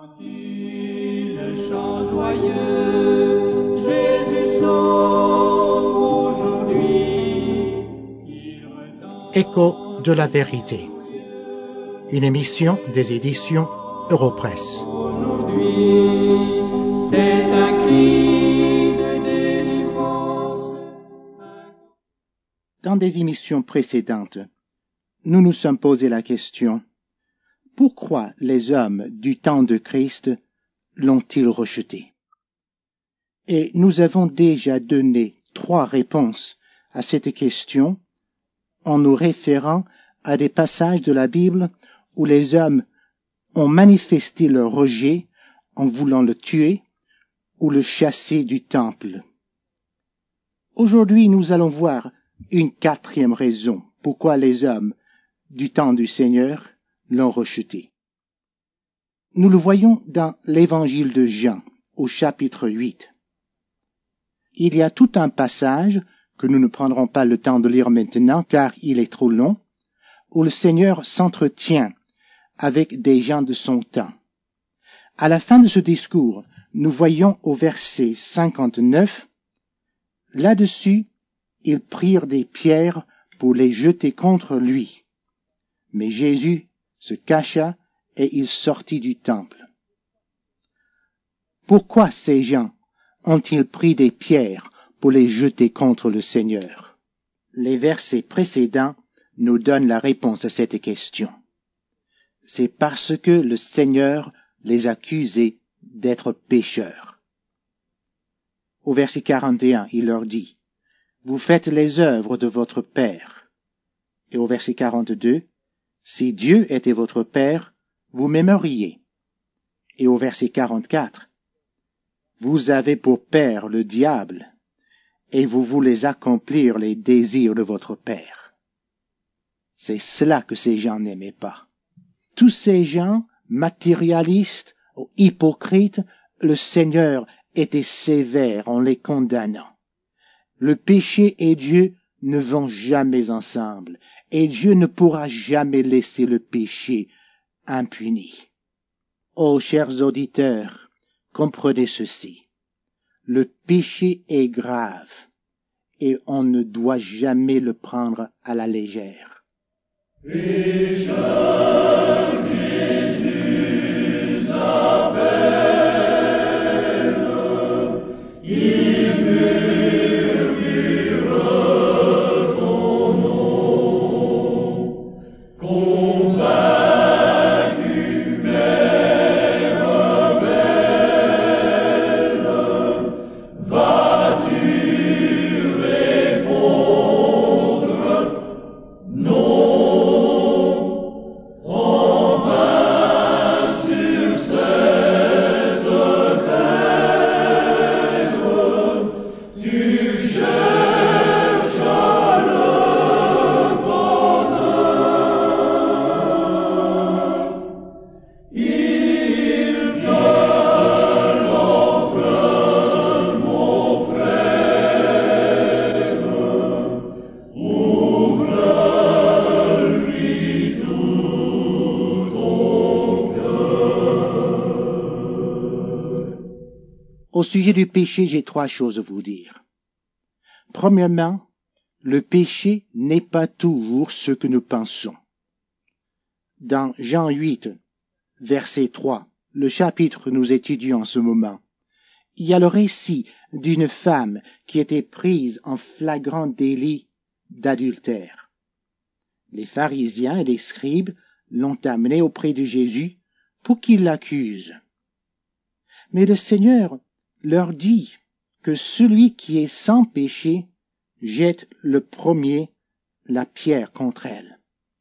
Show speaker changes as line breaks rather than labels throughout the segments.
Le chant joyeux, Jésus sauve aujourd'hui.
Écho de la vérité. Une émission des éditions Europresse.
Aujourd'hui, c'est un cri de délivrance.
Dans des émissions précédentes, nous nous sommes posé la question: pourquoi les hommes du temps de Christ l'ont-ils rejeté? Et nous avons déjà donné 3 réponses à cette question en nous référant à des passages de la Bible où les hommes ont manifesté leur rejet en voulant le tuer ou le chasser du temple. Aujourd'hui, nous allons voir une 4e raison pourquoi les hommes du temps du Seigneur l'ont rejeté. Nous le voyons dans l'évangile de Jean, au chapitre 8. Il y a tout un passage que nous ne prendrons pas le temps de lire maintenant car il est trop long, où le Seigneur s'entretient avec des gens de son temps. À la fin de ce discours, nous voyons au verset 59, là-dessus, ils prirent des pierres pour les jeter contre lui. Mais Jésus se cacha et il sortit du temple. Pourquoi ces gens ont-ils pris des pierres pour les jeter contre le Seigneur? Les versets précédents nous donnent la réponse à cette question. C'est parce que le Seigneur les accusait d'être pécheurs. Au verset 41, il leur dit: vous faites les œuvres de votre Père. Et au verset 42, si Dieu était votre Père, vous m'aimeriez. Et au verset 44, vous avez pour père le diable, et vous voulez accomplir les désirs de votre Père. C'est cela que ces gens n'aimaient pas. Tous ces gens matérialistes ou hypocrites, le Seigneur était sévère en les condamnant. Le péché et Dieu ne vont jamais ensemble, et Dieu ne pourra jamais laisser le péché impuni. Oh, chers auditeurs, comprenez ceci. Le péché est grave, et on ne doit jamais le prendre à la légère. Au sujet du péché, j'ai 3 choses à vous dire. Premièrement, le péché n'est pas toujours ce que nous pensons. Dans Jean 8, verset 3, le chapitre que nous étudions en ce moment, il y a le récit d'une femme qui était prise en flagrant délit d'adultère. Les pharisiens et les scribes l'ont amenée auprès de Jésus pour qu'il l'accuse. Mais le Seigneur leur dit que celui qui est sans péché jette le premier la pierre contre elle.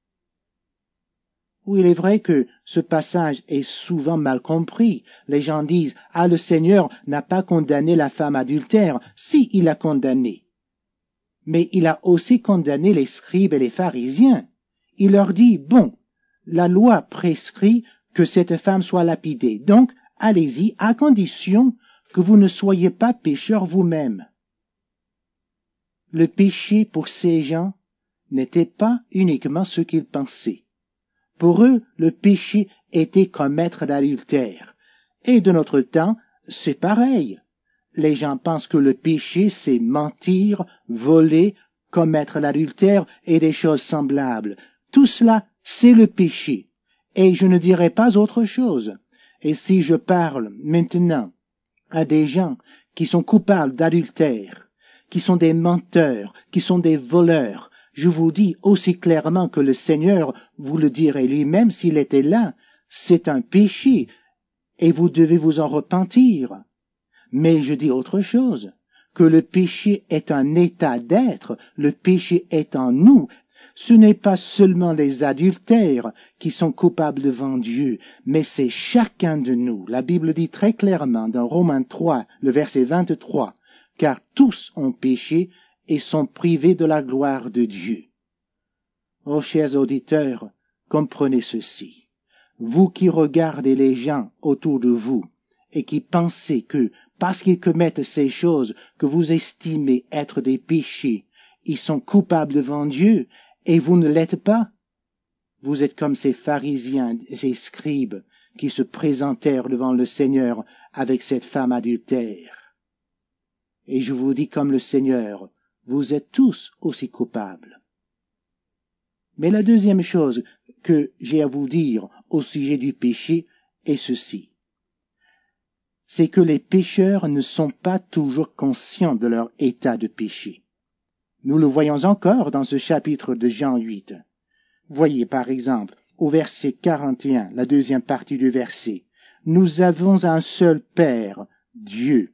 Oui, il est vrai que ce passage est souvent mal compris. Les gens disent: ah, le Seigneur n'a pas condamné la femme adultère. Si, il l'a condamnée. Mais il a aussi condamné les scribes et les pharisiens. Il leur dit: bon, la loi prescrit que cette femme soit lapidée. Donc, allez-y, à condition que vous ne soyez pas pécheurs vous-même. Le péché pour ces gens n'était pas uniquement ce qu'ils pensaient. Pour eux, le péché était commettre l'adultère. Et de notre temps, c'est pareil. Les gens pensent que le péché, c'est mentir, voler, commettre l'adultère et des choses semblables. Tout cela, c'est le péché. Et je ne dirai pas autre chose. Et si je parle maintenant à des gens qui sont coupables d'adultère, qui sont des menteurs, qui sont des voleurs, je vous dis aussi clairement que le Seigneur vous le dirait lui-même s'il était là, c'est un péché, et vous devez vous en repentir. Mais je dis autre chose, que le péché est un état d'être, le péché est en nous. Ce n'est pas seulement les adultères qui sont coupables devant Dieu, mais c'est chacun de nous. La Bible dit très clairement dans Romains 3, le verset 23, « Car tous ont péché et sont privés de la gloire de Dieu. » Oh, chers auditeurs, comprenez ceci. Vous qui regardez les gens autour de vous et qui pensez que, parce qu'ils commettent ces choses que vous estimez être des péchés, ils sont coupables devant Dieu, et vous ne l'êtes pas. Vous êtes comme ces pharisiens, ces scribes, qui se présentèrent devant le Seigneur avec cette femme adultère. Et je vous dis comme le Seigneur, vous êtes tous aussi coupables. Mais la deuxième chose que j'ai à vous dire au sujet du péché est ceci. C'est que les pécheurs ne sont pas toujours conscients de leur état de péché. Nous le voyons encore dans ce chapitre de Jean 8. Voyez par exemple au verset 41, la deuxième partie du verset. Nous avons un seul Père, Dieu.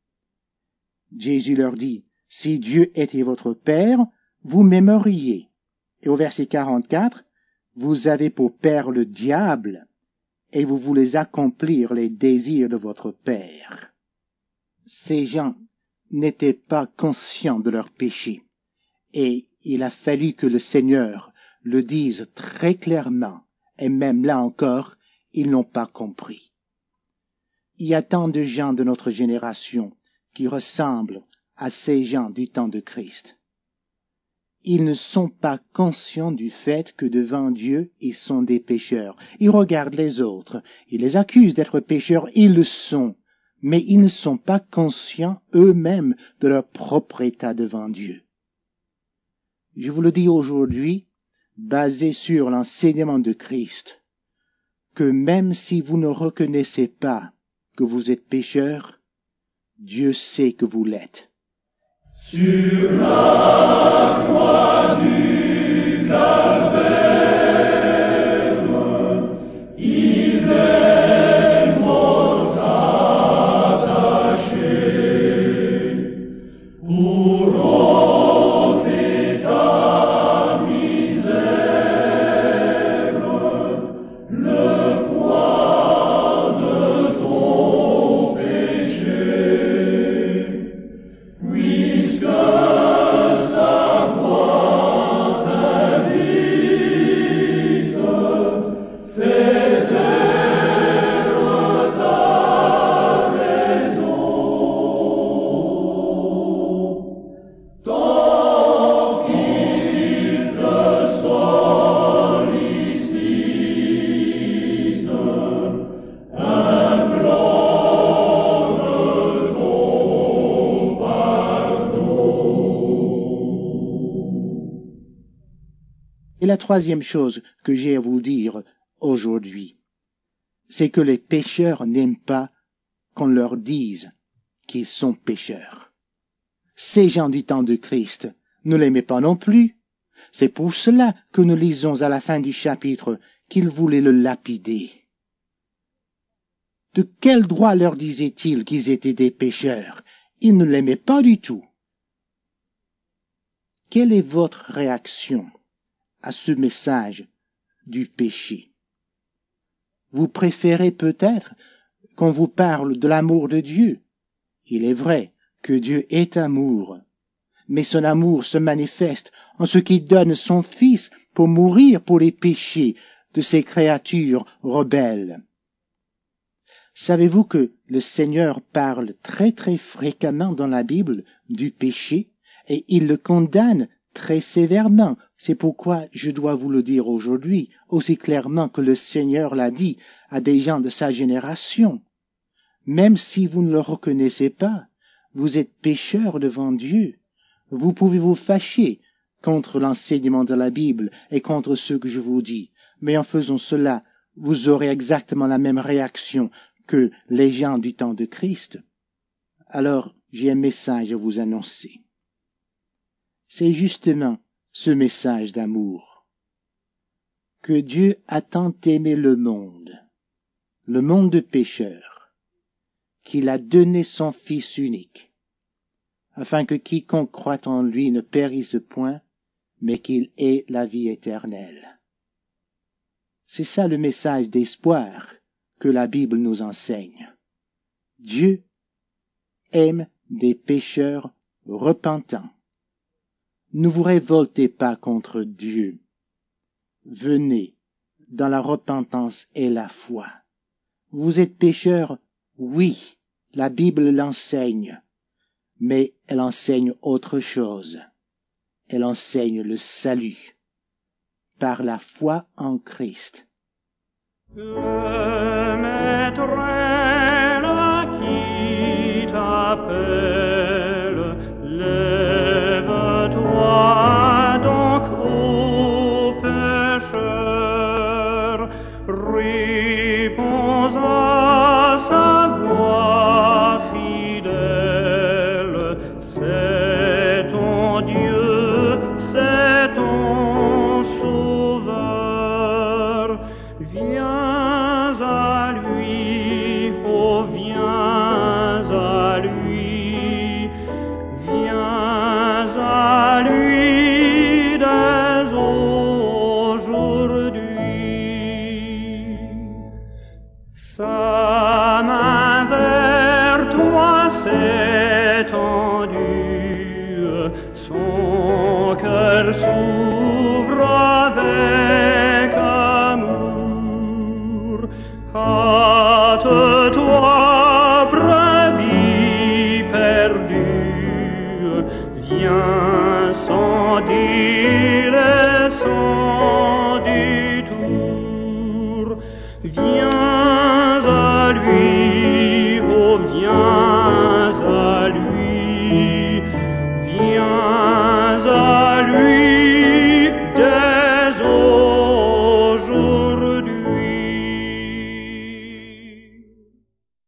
Jésus leur dit, si Dieu était votre Père, vous m'aimeriez. Et au verset 44, vous avez pour père le diable, et vous voulez accomplir les désirs de votre Père. Ces gens n'étaient pas conscients de leur péché. Et il a fallu que le Seigneur le dise très clairement, et même là encore, ils n'ont pas compris. Il y a tant de gens de notre génération qui ressemblent à ces gens du temps de Christ. Ils ne sont pas conscients du fait que devant Dieu, ils sont des pécheurs. Ils regardent les autres, ils les accusent d'être pécheurs, ils le sont, mais ils ne sont pas conscients eux-mêmes de leur propre état devant Dieu. Je vous le dis aujourd'hui, basé sur l'enseignement de Christ, que même si vous ne reconnaissez pas que vous êtes pécheur, Dieu sait que vous l'êtes.
Sur la croix du Calvaire, il est mort attaché pour ôter ta misère, le poids de ton péché. Puisque sa voix t'invite, fais taire ta raison. Tant qu'il te sollicite, implore ton pardon.
Et la troisième chose que j'ai à vous dire aujourd'hui, c'est que les pécheurs n'aiment pas qu'on leur dise qu'ils sont pécheurs. Ces gens du temps de Christ ne l'aimaient pas non plus. C'est pour cela que nous lisons à la fin du chapitre qu'ils voulaient le lapider. De quel droit leur disait-il qu'ils étaient des pécheurs? Ils ne l'aimaient pas du tout. Quelle est votre réaction à ce message du péché? Vous préférez peut-être qu'on vous parle de l'amour de Dieu. Il est vrai que Dieu est amour, mais son amour se manifeste en ce qu'il donne son Fils pour mourir pour les péchés de ces créatures rebelles. Savez-vous que le Seigneur parle très très fréquemment dans la Bible du péché et il le condamne très sévèrement. C'est pourquoi je dois vous le dire aujourd'hui, aussi clairement que le Seigneur l'a dit à des gens de sa génération. même si vous ne le reconnaissez pas, vous êtes pécheur devant Dieu. Vous pouvez vous fâcher contre l'enseignement de la Bible et contre ce que je vous dis, mais en faisant cela, vous aurez exactement la même réaction que les gens du temps de Christ. Alors, j'ai un message à vous annoncer. C'est justement ce message d'amour. Que Dieu a tant aimé le monde de pécheurs, qu'il a donné son Fils unique, afin que quiconque croit en lui ne périsse point, mais qu'il ait la vie éternelle. C'est ça le message d'espoir que la Bible nous enseigne. Dieu aime des pécheurs repentants. Ne vous révoltez pas contre Dieu. Venez dans la repentance et la foi. Vous êtes pécheurs, oui, la Bible l'enseigne, mais elle enseigne autre chose. Elle enseigne le salut par la foi en Christ.
Le Maître est là qui t'appelle, lève-toi donc, ô pécheur, réponds à sa voix fidèle, c'est ton Dieu, c'est ton Sauveur. Viens à lui, oh viens à lui, viens à lui dès aujourd'hui. Sa main vers toi s'est tendue, son cœur s'ouvre.